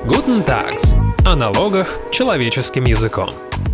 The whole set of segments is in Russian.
Guten Tags. О налогах человеческим языком.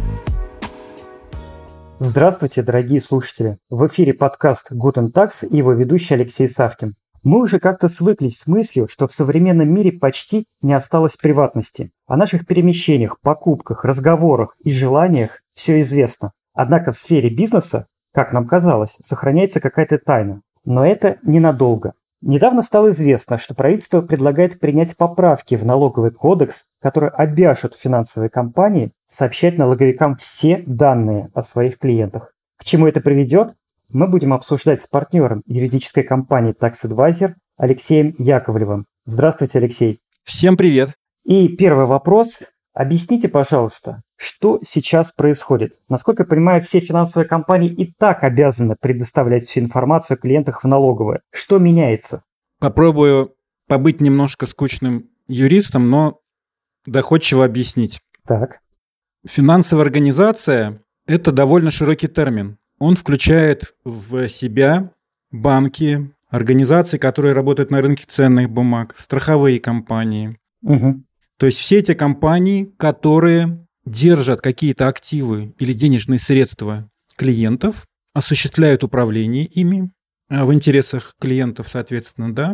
Здравствуйте, дорогие слушатели! В эфире подкаст Guten Tags и его ведущий Алексей Савкин. Мы уже как-то свыклись с мыслью, что в современном мире почти не осталось приватности. О наших перемещениях, покупках, разговорах и желаниях все известно. Однако в сфере бизнеса, как нам казалось, сохраняется какая-то тайна. Но это ненадолго. Недавно стало известно, что правительство предлагает принять поправки в налоговый кодекс, которые обяжут финансовые компании сообщать налоговикам все данные о своих клиентах. К чему это приведет, мы будем обсуждать с партнером юридической компании Tax Advisor Алексеем Яковлевым. Здравствуйте, Алексей. Всем привет. И первый вопрос. Объясните, пожалуйста, что сейчас происходит? Насколько я понимаю, все финансовые компании и так обязаны предоставлять всю информацию о клиентах в налоговые. Что меняется? Попробую побыть немножко скучным юристом, но доходчиво объяснить. Так. Финансовая организация – это довольно широкий термин. Он включает в себя банки, организации, которые работают на рынке ценных бумаг, страховые компании. Угу. То есть все эти компании, которые держат какие-то активы или денежные средства клиентов, осуществляют управление ими в интересах клиентов, соответственно, да,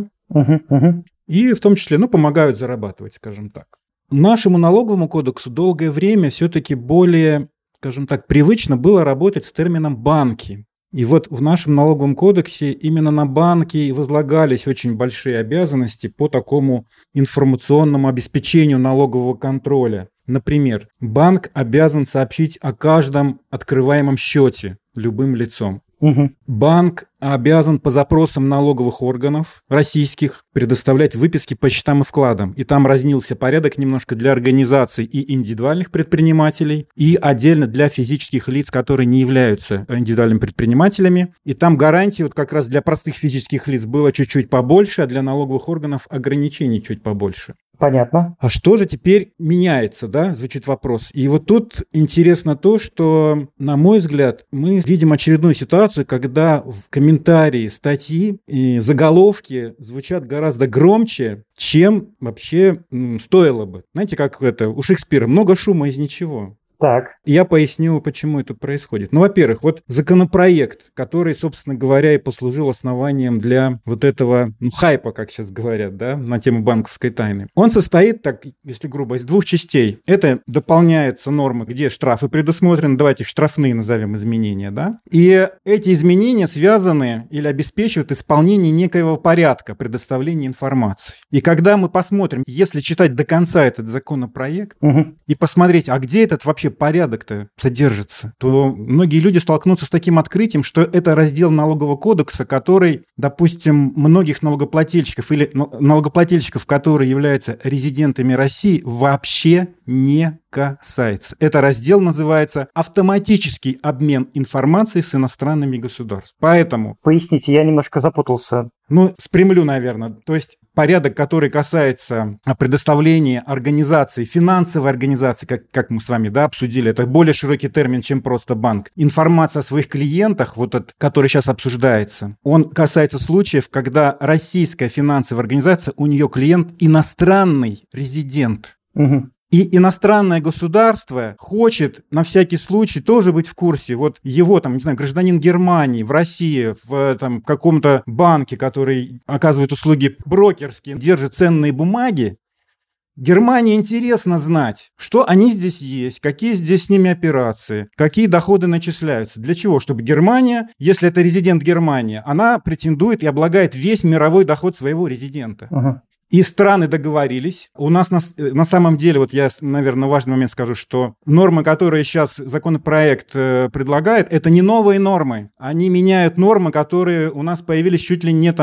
и в том числе, помогают зарабатывать, скажем так. Нашему налоговому кодексу долгое время все-таки более, скажем так, привычно было работать с термином «банки». И вот в нашем налоговом кодексе именно на банки возлагались очень большие обязанности по такому информационному обеспечению налогового контроля. Например, банк обязан сообщить о каждом открываемом счете любым лицом. Банк обязан по запросам налоговых органов российских предоставлять выписки по счетам и вкладам. И там разнился порядок немножко для организаций и индивидуальных предпринимателей, и отдельно для физических лиц, которые не являются индивидуальными предпринимателями. И там гарантий вот как раз для простых физических лиц было чуть-чуть побольше, а для налоговых органов ограничений чуть побольше. Понятно. А что же теперь меняется, да, звучит вопрос. И вот тут интересно то, что, на мой взгляд, мы видим очередную ситуацию, когда в комментарии статьи и заголовки звучат гораздо громче, чем вообще стоило бы. Знаете, как это у Шекспира, много шума из ничего. Так. Я поясню, почему это происходит. Во-первых, вот законопроект, который, собственно говоря, и послужил основанием для вот этого хайпа, как сейчас говорят, да, на тему банковской тайны. Он состоит, так, если грубо, из двух частей. Это дополняются нормы, где штрафы предусмотрены, давайте штрафные назовем изменения, да. И эти изменения связаны или обеспечивают исполнение некоего порядка предоставления информации. И когда мы посмотрим, если читать до конца этот законопроект и посмотреть, а где этот вообще порядок-то содержится, то многие люди столкнутся с таким открытием, что это раздел налогового кодекса, который, допустим, многих налогоплательщиков или налогоплательщиков, которые являются резидентами России, вообще не касается. Это раздел называется «Автоматический обмен информацией с иностранными государствами». Поэтому... Поясните, я немножко запутался. Спрямлю, наверное. То есть порядок, который касается предоставления организации, финансовой организации, как мы с вами обсудили, это более широкий термин, чем просто банк. Информация о своих клиентах, вот этот, который сейчас обсуждается, он касается случаев, когда российская финансовая организация, у нее клиент иностранный резидент. И иностранное государство хочет на всякий случай тоже быть в курсе. Вот его, гражданин Германии в России, в каком-то банке, который оказывает услуги брокерские, держит ценные бумаги. Германии интересно знать, что они здесь есть, какие здесь с ними операции, какие доходы начисляются. Для чего? Чтобы Германия, если это резидент Германии, она претендует и облагает весь мировой доход своего резидента. И страны договорились. У нас на самом деле, вот я, наверное, важный момент скажу, что нормы, которые сейчас законопроект предлагает, это не новые нормы. Они меняют нормы, которые у нас появились чуть ли не в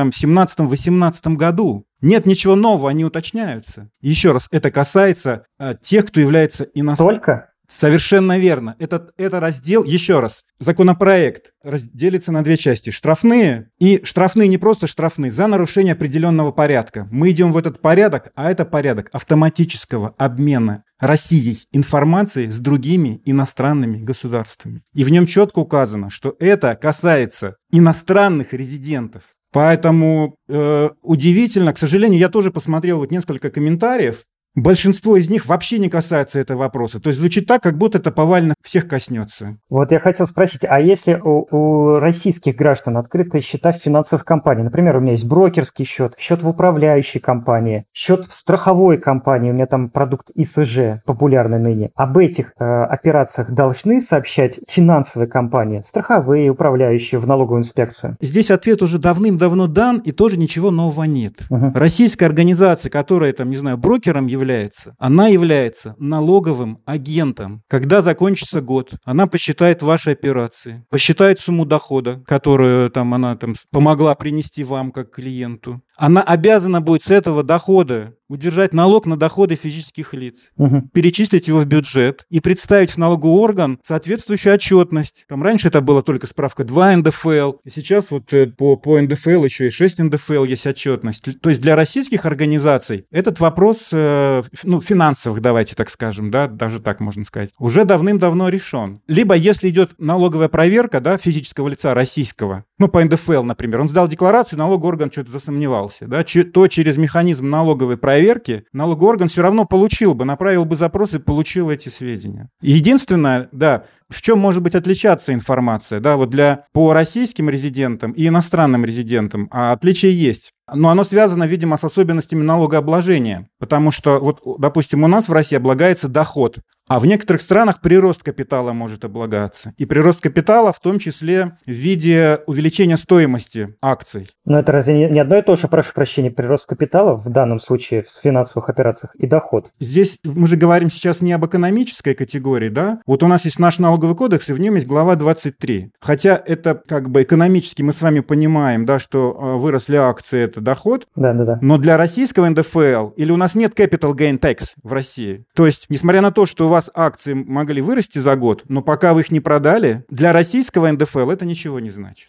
17-18 году. Нет ничего нового, они уточняются. Еще раз, это касается тех, кто является иностранным. Только? Совершенно верно. Это раздел, еще раз, законопроект разделится на две части. Штрафные, и штрафные не просто штрафные, за нарушение определенного порядка. Мы идем в этот порядок, а это порядок автоматического обмена Россией информацией с другими иностранными государствами. И в нем четко указано, что это касается иностранных резидентов. Поэтому удивительно, к сожалению, я тоже посмотрел несколько комментариев, большинство из них вообще не касается этого вопроса. То есть звучит так, как будто это повально всех коснется. Вот я хотел спросить, а если у российских граждан открыты счета в финансовых компаниях? Например, у меня есть брокерский счет, счет в управляющей компании, счет в страховой компании, у меня там продукт ИСЖ, популярный ныне. Об этих операциях должны сообщать финансовые компании, страховые, управляющие в налоговую инспекцию? Здесь ответ уже давным-давно дан, и тоже ничего нового нет. Российская организация, которая, там, не знаю, брокером является, она является налоговым агентом. Когда закончится год, она посчитает ваши операции, посчитает сумму дохода, которую там, она там, помогла принести вам как клиенту. Она обязана будет с этого дохода удержать налог на доходы физических лиц, перечислить его в бюджет и представить в налоговый орган соответствующую отчетность. Там раньше это была только справка 2 НДФЛ, и сейчас вот по НДФЛ еще и 6 НДФЛ есть отчетность. То есть для российских организаций этот вопрос, финансовых, давайте так скажем, да, даже так можно сказать, уже давным-давно решен. Либо если идет налоговая проверка, да, физического лица российского, по НДФЛ, например, он сдал декларацию, налоговый орган что-то засомневался, да, то через механизм налоговой проверки налоговый орган все равно получил бы, направил бы запрос и получил эти сведения. Единственное, да, в чем может быть отличаться информация, да, вот по российским резидентам и иностранным резидентам, отличие есть. Но оно связано, видимо, с особенностями налогообложения, потому что, вот, допустим, у нас в России облагается доход, а в некоторых странах прирост капитала может облагаться. И прирост капитала в том числе в виде увеличения стоимости акций. Но это разве не одно и то же, прошу прощения, прирост капитала в данном случае в финансовых операциях и доход? Здесь мы же говорим сейчас не об экономической категории, да? Вот у нас есть наш налоговый кодекс, и в нем есть глава 23. Хотя это как бы экономически мы с вами понимаем, да, что выросли акции, это доход. Да. Но для российского НДФЛ, или у нас нет capital gain tax в России, то есть, несмотря на то, что у вас акции могли вырасти за год, но пока вы их не продали, для российского НДФЛ это ничего не значит.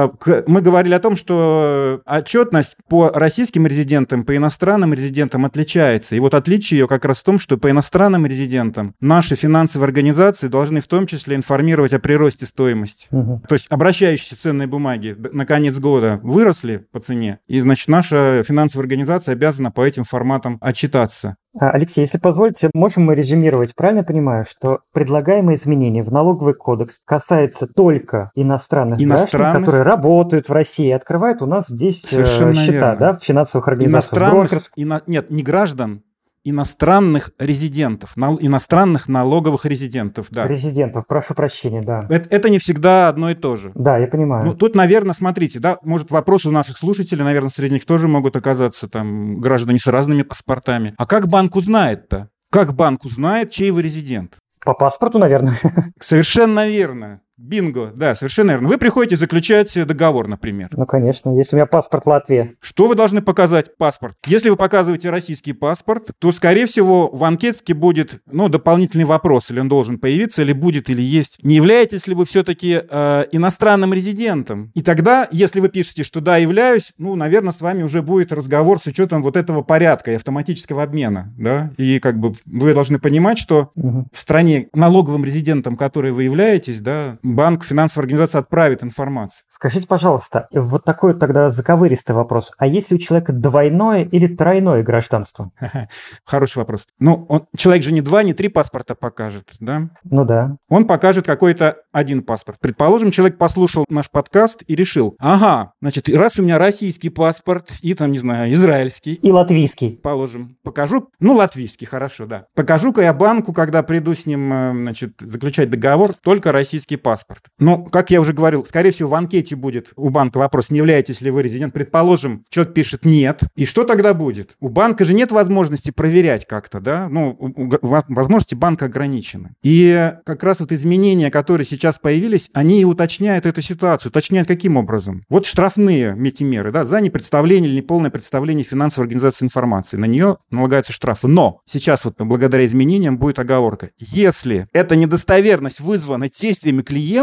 Мы говорили о том, что отчетность по российским резидентам, по иностранным резидентам отличается. И вот отличие ее как раз в том, что по иностранным резидентам наши финансовые организации должны в том числе информировать о приросте стоимости. То есть обращающиеся ценные бумаги на конец года выросли по цене, и, значит, наша финансовая организация обязана по этим форматам отчитаться. Алексей, если позволите, можем мы резюмировать? Правильно я понимаю, что предлагаемые изменения в налоговый кодекс касаются только иностранных граждан, которые работают в России и открывают у нас здесь счета, да, в финансовых организациях? Нет, не граждан, иностранных резидентов, иностранных налоговых резидентов, да. Резидентов, прошу прощения, да. Это не всегда одно и то же. Да, я понимаю. Тут, наверное, смотрите, да, может, вопрос у наших слушателей, наверное, среди них тоже могут оказаться там граждане с разными паспортами. А как банк узнает-то? Как банк узнает, чей вы резидент? По паспорту, наверное. Совершенно верно. Бинго, да, совершенно верно. Вы приходите заключать договор, например. Ну, конечно, если у меня паспорт Латвии. Что вы должны показать? Паспорт. Если вы показываете российский паспорт, то, скорее всего, в анкетке будет, дополнительный вопрос, или он должен появиться, или будет, или есть. Не являетесь ли вы все-таки иностранным резидентом? И тогда, если вы пишете, что да, являюсь, наверное, с вами уже будет разговор с учетом вот этого порядка и автоматического обмена, да? И как бы вы должны понимать, что в стране налоговым резидентом, который вы являетесь, да, банк, финансовая организация отправит информацию. Скажите, пожалуйста, вот такой тогда заковыристый вопрос. А если у человека двойное или тройное гражданство? Хороший вопрос. Человек же не 2, не 3 паспорта покажет, да? Ну да. Он покажет какой-то один паспорт. Предположим, человек послушал наш подкаст и решил, значит, раз у меня российский паспорт и там, не знаю, израильский. И латвийский. Положим. Покажу, латвийский, хорошо, да. Покажу-ка я банку, когда приду с ним, значит, заключать договор, только российский паспорт. Как я уже говорил, скорее всего, в анкете будет у банка вопрос, не являетесь ли вы резидент. Предположим, человек пишет «нет». И что тогда будет? У банка же нет возможности проверять как-то, да? Возможности банка ограничены. И как раз вот изменения, которые сейчас появились, они и уточняют эту ситуацию. Уточняют каким образом? Вот штрафные меры, да, за непредставление или неполное представление финансовой организации информации. На нее налагаются штрафы. Но сейчас вот благодаря изменениям будет оговорка. Если эта недостоверность вызвана действиями клиента,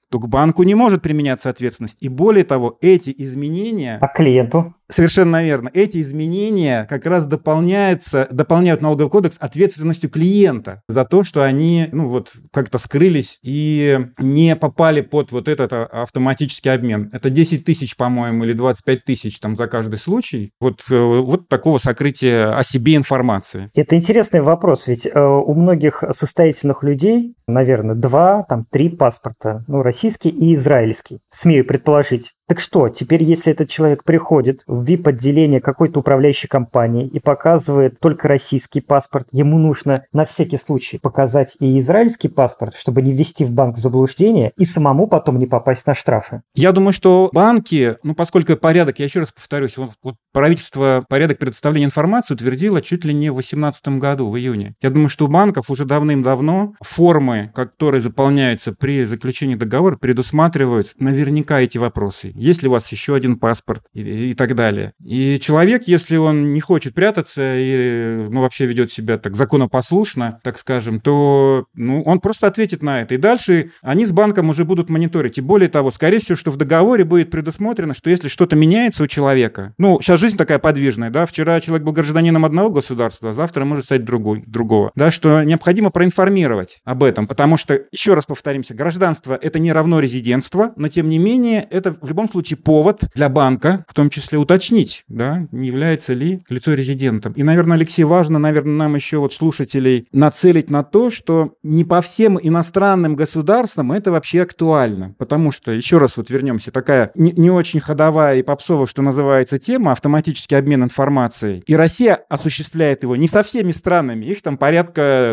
то к банку не может применяться ответственность. И более того, эти изменения... А клиенту? Совершенно верно. Эти изменения как раз дополняют налоговый кодекс ответственностью клиента за то, что они как-то скрылись и не попали под вот этот автоматический обмен. Это 10 тысяч, по-моему, или 25 тысяч там за каждый случай. Вот такого сокрытия о себе информации. Это интересный вопрос, ведь у многих состоятельных людей, наверное, 2-3 паспорта, российский и израильский, смею предположить. Так что, теперь если этот человек приходит в VIP-отделение какой-то управляющей компании и показывает только российский паспорт, ему нужно на всякий случай показать и израильский паспорт, чтобы не ввести в банк в заблуждение и самому потом не попасть на штрафы? Я думаю, что банки, поскольку порядок, я еще раз повторюсь, правительство порядок предоставления информации утвердило чуть ли не в 2018 году, в июне. Я думаю, что у банков уже давным-давно формы, которые заполняются при заключении договора, предусматривают наверняка эти вопросы. Есть ли у вас еще один паспорт и так далее. И человек, если он не хочет прятаться и вообще ведет себя так законопослушно, так скажем, то он просто ответит на это. И дальше они с банком уже будут мониторить. И более того, скорее всего, что в договоре будет предусмотрено, что если что-то меняется у человека, сейчас жизнь такая подвижная, да, вчера человек был гражданином одного государства, а завтра может стать другого, да, что необходимо проинформировать об этом, потому что, еще раз повторимся, гражданство – это не равно резидентство, но тем не менее это в любом случае повод для банка, в том числе уточнить, да, не является ли лицо резидентом. И, наверное, Алексей, важно, нам еще слушателей нацелить на то, что не по всем иностранным государствам это вообще актуально, потому что, еще раз вернемся, такая не очень ходовая и попсовая, что называется, тема, автоматический обмен информацией. И Россия осуществляет его не со всеми странами, их там порядка,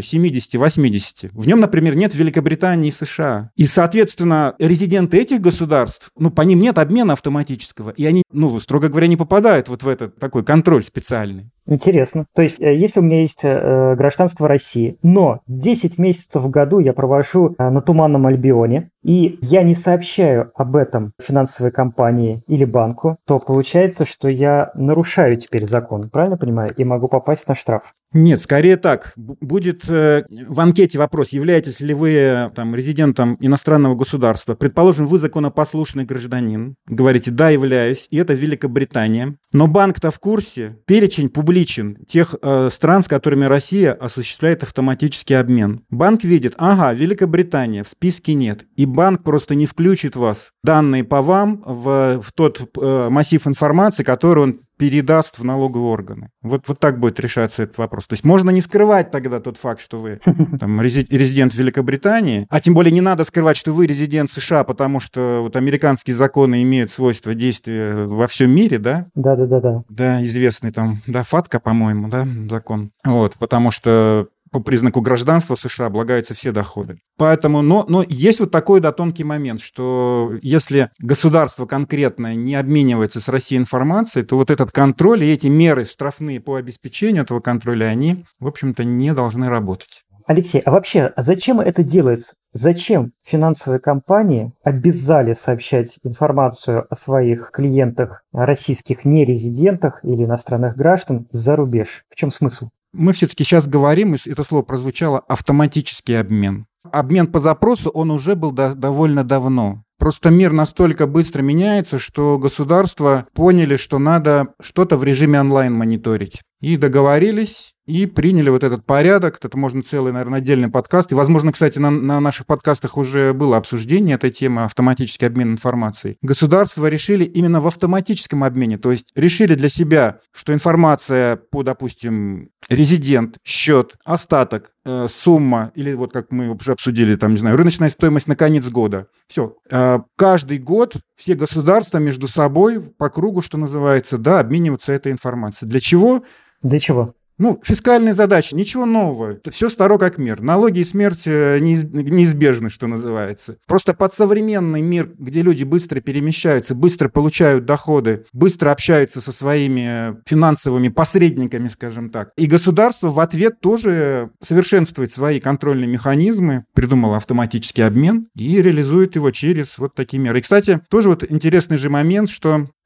70-80. В нем, например, нет Великобритании и США. И, соответственно, резиденты этих государств, по ним нет обмена автоматического, и они, строго говоря, не попадают в этот такой контроль специальный. Интересно. То есть, если у меня есть гражданство России, но 10 месяцев в году я провожу на Туманном Альбионе, и я не сообщаю об этом финансовой компании или банку, то получается, что я нарушаю теперь закон, правильно понимаю, и могу попасть на штраф? Нет, скорее так. Будет в анкете вопрос, являетесь ли вы резидентом иностранного государства. Предположим, вы законопослушный гражданин. Говорите, да, являюсь, и это Великобритания. Но банк-то в курсе, перечень публичен тех стран, с которыми Россия осуществляет автоматический обмен. Банк видит, Великобритания, в списке нет. И банк просто не включит вас, данные по вам, в тот массив информации, который он передаст в налоговые органы. Вот так будет решаться этот вопрос. То есть можно не скрывать тогда тот факт, что вы резидент Великобритании, а тем более не надо скрывать, что вы резидент США, потому что американские законы имеют свойство действия во всем мире, да? Да. Да, известный ФАТКА, по-моему, да, закон. Потому что по признаку гражданства США облагаются все доходы. Поэтому, но есть такой тонкий момент, что если государство конкретно не обменивается с Россией информацией, то этот контроль и эти меры штрафные по обеспечению этого контроля, они, в общем-то, не должны работать. Алексей, а вообще, зачем это делается? Зачем финансовые компании обязали сообщать информацию о своих клиентах, российских нерезидентах или иностранных граждан за рубеж? В чем смысл? Мы все-таки сейчас говорим, и это слово прозвучало, автоматический обмен. Обмен по запросу, он уже был довольно давно. Просто мир настолько быстро меняется, что государства поняли, что надо что-то в режиме онлайн мониторить. И договорились, и приняли этот порядок. Это можно целый, наверное, отдельный подкаст. И, возможно, кстати, на наших подкастах уже было обсуждение этой темы, автоматический обмен информацией. Государства решили именно в автоматическом обмене. То есть решили для себя, что информация по, допустим, резидент, счет, остаток, сумма, или как мы уже обсудили, рыночная стоимость на конец года. Все. Каждый год все государства между собой по кругу, что называется, обмениваются этой информацией. Для чего? Для чего? Фискальные задачи, ничего нового. Это все старо как мир. Налоги и смерть неизбежны, что называется. Просто под современный мир, где люди быстро перемещаются, быстро получают доходы, быстро общаются со своими финансовыми посредниками, скажем так. И государство в ответ тоже совершенствует свои контрольные механизмы, придумало автоматический обмен и реализует его через такие меры. И, кстати, тоже интересный же момент, что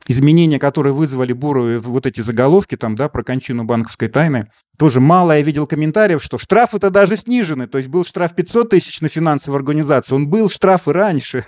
изменения, которые вызвали бурые вот эти заголовки там, да, про кончину банковской тайны, тоже мало я видел комментариев, что штрафы-то даже снижены. То есть был штраф 500 тысяч на финансовую организацию, он был штраф и раньше.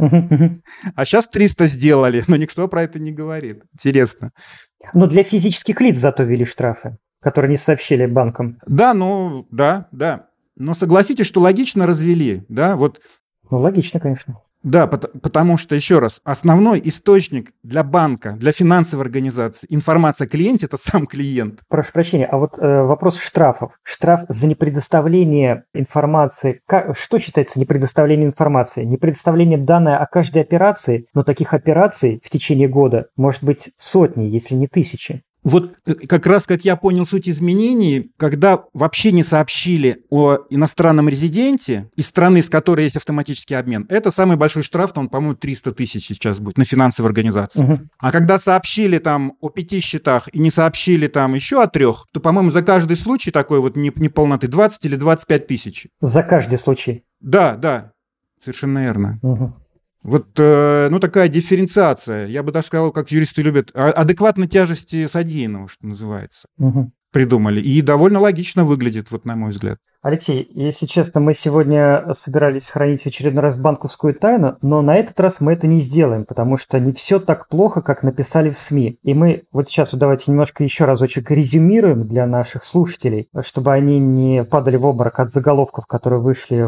А сейчас 300 сделали, но никто про это не говорит. Интересно. Но для физических лиц зато ввели штрафы, которые не сообщили банкам. Да, ну, да. Но согласитесь, что логично развели, да, вот. Ну, логично, конечно. Да, потому что, еще раз, основной источник для банка, для финансовой организации, информация о клиенте – это сам клиент. Прошу прощения, а вот вопрос штрафов. Штраф за непредоставление информации. Что считается непредоставлением информации? Непредоставление данных о каждой операции, но таких операций в течение года может быть сотни, если не тысячи. Вот как раз, как я понял суть изменений, когда вообще не сообщили о иностранном резиденте из страны, с которой есть автоматический обмен, это самый большой штраф, он, по-моему, 300 тысяч сейчас будет на финансовой организации. Угу. А когда сообщили там о 5 счетах и не сообщили там еще о 3, то, по-моему, за каждый случай такой вот неполноты 20 или 25 тысяч. За каждый случай? Да, совершенно верно. Угу. Вот, такая дифференциация, я бы даже сказал, как юристы любят, адекватно тяжести содеянного, что называется, придумали. И довольно логично выглядит, вот на мой взгляд. Алексей, если честно, мы сегодня собирались хранить в очередной раз банковскую тайну, но на этот раз мы это не сделаем, потому что не все так плохо, как написали в СМИ. И мы вот сейчас вот давайте немножко еще разочек резюмируем для наших слушателей, чтобы они не падали в обморок от заголовков, которые вышли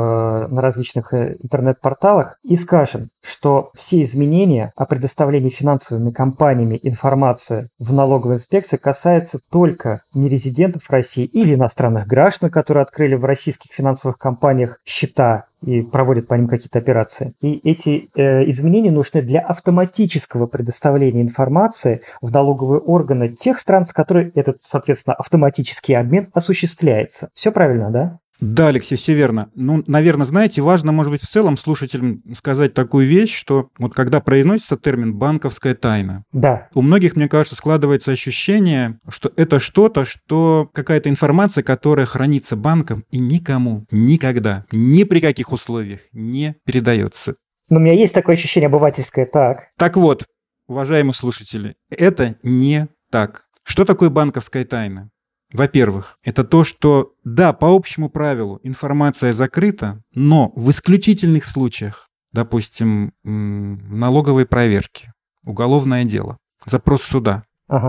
на различных интернет-порталах, и скажем, что все изменения о предоставлении финансовыми компаниями информации в налоговой инспекции касаются только нерезидентов России или иностранных граждан, которые открыли в российских финансовых компаниях счета и проводят по ним какие-то операции. И эти изменения нужны для автоматического предоставления информации в налоговые органы тех стран, с которыми этот, соответственно, автоматический обмен осуществляется. Все правильно, да? Да, Алексей, все верно. Ну, наверное, знаете, важно, может быть, в целом слушателям сказать такую вещь, что вот когда произносится термин «банковская тайна», да. У многих, мне кажется, складывается ощущение, что это что-то, что какая-то информация, которая хранится банком и никому, никогда, ни при каких условиях не передается. Но у меня есть такое ощущение обывательское, так. Так вот, уважаемые слушатели, это не так. Что такое банковская тайна? Во-первых, это то, что, да, по общему правилу информация закрыта, но в исключительных случаях, допустим, налоговые проверки, уголовное дело, запрос суда,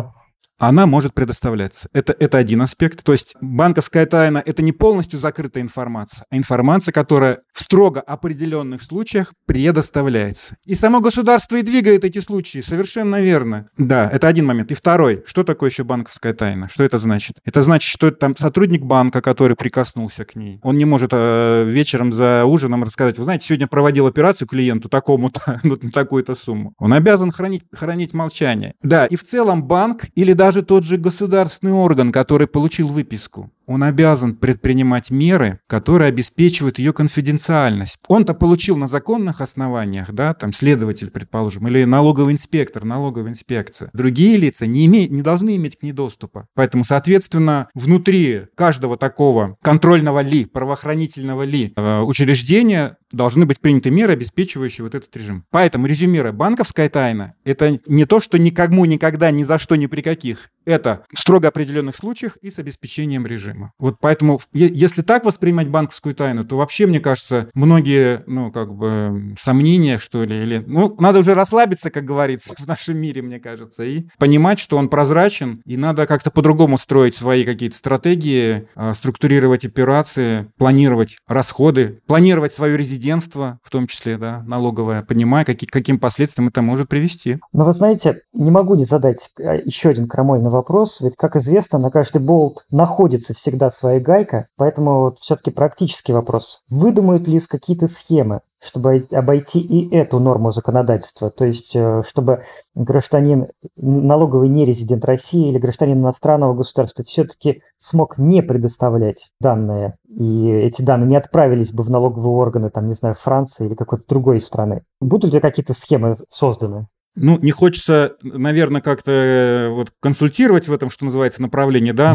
она может предоставляться. Это один аспект. То есть банковская тайна – это не полностью закрытая информация, а информация, которая в строго определенных случаях предоставляется. И само государство и двигает эти случаи, совершенно верно. Да, это один момент. И второй, что такое еще банковская тайна? Что это значит? Это значит, что это там сотрудник банка, который прикоснулся к ней. Он не может вечером за ужином рассказать: вы знаете, сегодня проводил операцию клиенту такому-то, на такую-то сумму. Он обязан хранить молчание. Да, и в целом банк или даже тот же государственный орган, который получил выписку, он обязан предпринимать меры, которые обеспечивают ее конфиденциальность. Он-то получил на законных основаниях, да, там следователь, предположим, или налоговый инспектор, налоговая инспекция. Другие лица не должны иметь к ней доступа. Поэтому, соответственно, внутри каждого такого контрольного правоохранительного учреждения должны быть приняты меры, обеспечивающие вот этот режим. Поэтому, резюмируя, банковская тайна – это не то, что никому, никогда, ни за что, ни при каких. Это в строго определенных случаях и с обеспечением режима. Вот поэтому, если так воспринимать банковскую тайну, то вообще, мне кажется, многие, сомнения, что ли, или... надо уже расслабиться, как говорится, в нашем мире, мне кажется, и понимать, что он прозрачен, и надо как-то по-другому строить свои какие-то стратегии, структурировать операции, планировать расходы, планировать свое резидентство, в том числе, да, налоговое, понимая, каким последствиям это может привести. Но вы знаете, не могу не задать еще один крамольный вопрос, ведь, как известно, на каждый болт находится всегда своя гайка, поэтому вот все-таки практический вопрос. Выдумают ли какие-то схемы, чтобы обойти и эту норму законодательства? То есть, чтобы гражданин, налоговый нерезидент России или гражданин иностранного государства все-таки смог не предоставлять данные, и эти данные не отправились бы в налоговые органы, там, не знаю, Франции или какой-то другой страны. Будут ли какие-то схемы созданы? Ну, не хочется, наверное, как-то вот консультировать в этом, что называется, направлении, да,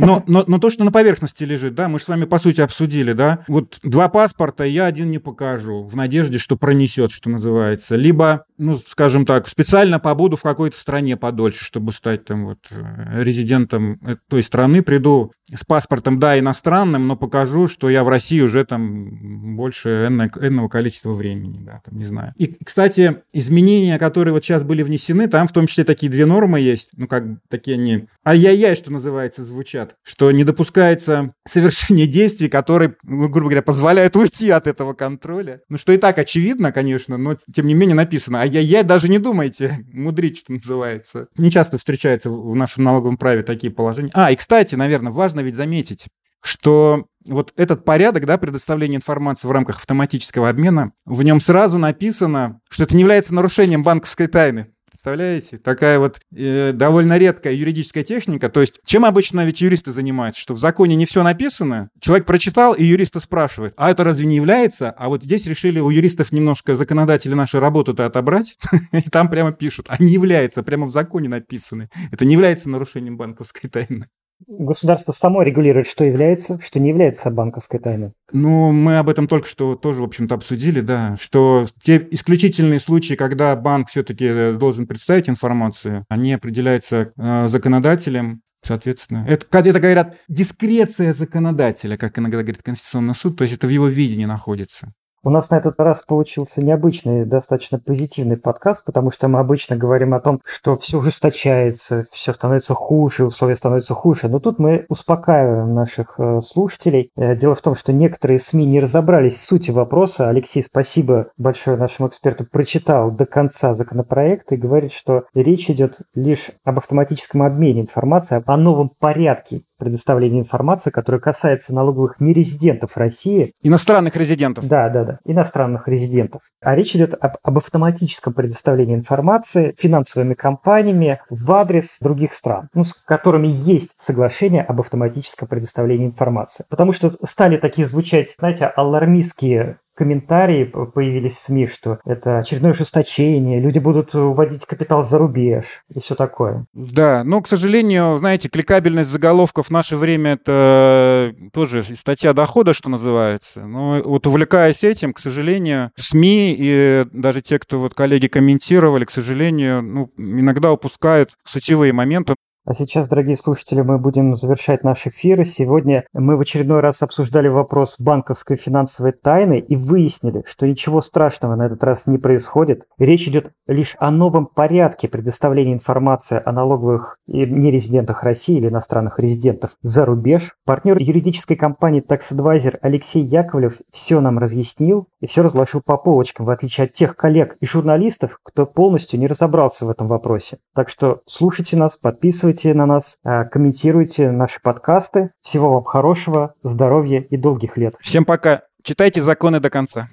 но то, что на поверхности лежит, да, мы же с вами, по сути, обсудили, да, вот 2 паспорта я один не покажу, в надежде, что пронесет, что называется, либо, ну, скажем так, специально побуду в какой-то стране подольше, чтобы стать там вот резидентом той страны, приду с паспортом, да, иностранным, но покажу, что я в России уже там больше энного количества времени, да, там, не знаю. И, кстати, изменения, которые вот сейчас были внесены, там в том числе такие 2 нормы есть, ну, как такие они ай-яй-яй, что называется, звучат, что не допускается совершение действий, которые, ну, грубо говоря, позволяют уйти от этого контроля. Ну, что и так очевидно, конечно, но, тем не менее, написано ай-яй-яй, даже не думайте, мудрить, что называется. Не часто встречаются в нашем налоговом праве такие положения. И, кстати, наверное, важно ведь заметить, что вот этот порядок, да, предоставления информации в рамках автоматического обмена, в нем сразу написано, что это не является нарушением банковской тайны. Представляете? Такая вот довольно редкая юридическая техника. То есть, чем обычно ведь юристы занимаются? Что в законе не все написано, человек прочитал, и юриста спрашивает, а это разве не является? А вот здесь решили у юристов немножко законодатели нашу работу-то отобрать, и там прямо пишут, а не является, прямо в законе написано. Это не является нарушением банковской тайны. Государство само регулирует, что является, что не является банковской тайной. Ну, мы об этом только что тоже, в общем-то, обсудили, да, что те исключительные случаи, когда банк все-таки должен представить информацию, они определяются законодателем, соответственно. Это говорят, дискреция законодателя, как иногда говорит Конституционный суд, то есть это в его видении находится. У нас на этот раз получился необычный, достаточно позитивный подкаст, потому что мы обычно говорим о том, что все ужесточается, все становится хуже, условия становятся хуже. Но тут мы успокаиваем наших слушателей. Дело в том, что некоторые СМИ не разобрались в сути вопроса. Алексей, спасибо большое нашему эксперту, прочитал до конца законопроект и говорит, что речь идет лишь об автоматическом обмене информацией, о новом порядке предоставления информации, которая касается налоговых нерезидентов России. Иностранных резидентов. Да, иностранных резидентов. А речь идет об автоматическом предоставлении информации финансовыми компаниями в адрес других стран, с которыми есть соглашение об автоматическом предоставлении информации. Потому что стали такие звучать, знаете, алармистские комментарии появились в СМИ, что это очередное ужесточение, люди будут уводить капитал за рубеж и все такое. Да, но, к сожалению, знаете, кликабельность заголовков в наше время — это тоже статья дохода, что называется. Но вот увлекаясь этим, к сожалению, СМИ и даже те, кто вот коллеги комментировали, к сожалению, иногда упускают сутевые моменты. А сейчас, дорогие слушатели, мы будем завершать наш эфир. Сегодня мы в очередной раз обсуждали вопрос банковской финансовой тайны и выяснили, что ничего страшного на этот раз не происходит. Речь идет лишь о новом порядке предоставления информации о налоговых и нерезидентах России или иностранных резидентов за рубеж. Партнер юридической компании Tax Advisor Алексей Яковлев все нам разъяснил и все разложил по полочкам, в отличие от тех коллег и журналистов, кто полностью не разобрался в этом вопросе. Так что слушайте нас, подписывайтесь на нас, комментируйте наши подкасты. Всего вам хорошего, здоровья и долгих лет. Всем пока. Читайте законы до конца.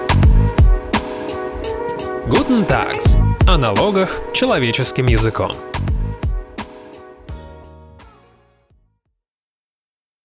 Guten Tags. О налогах человеческим языком.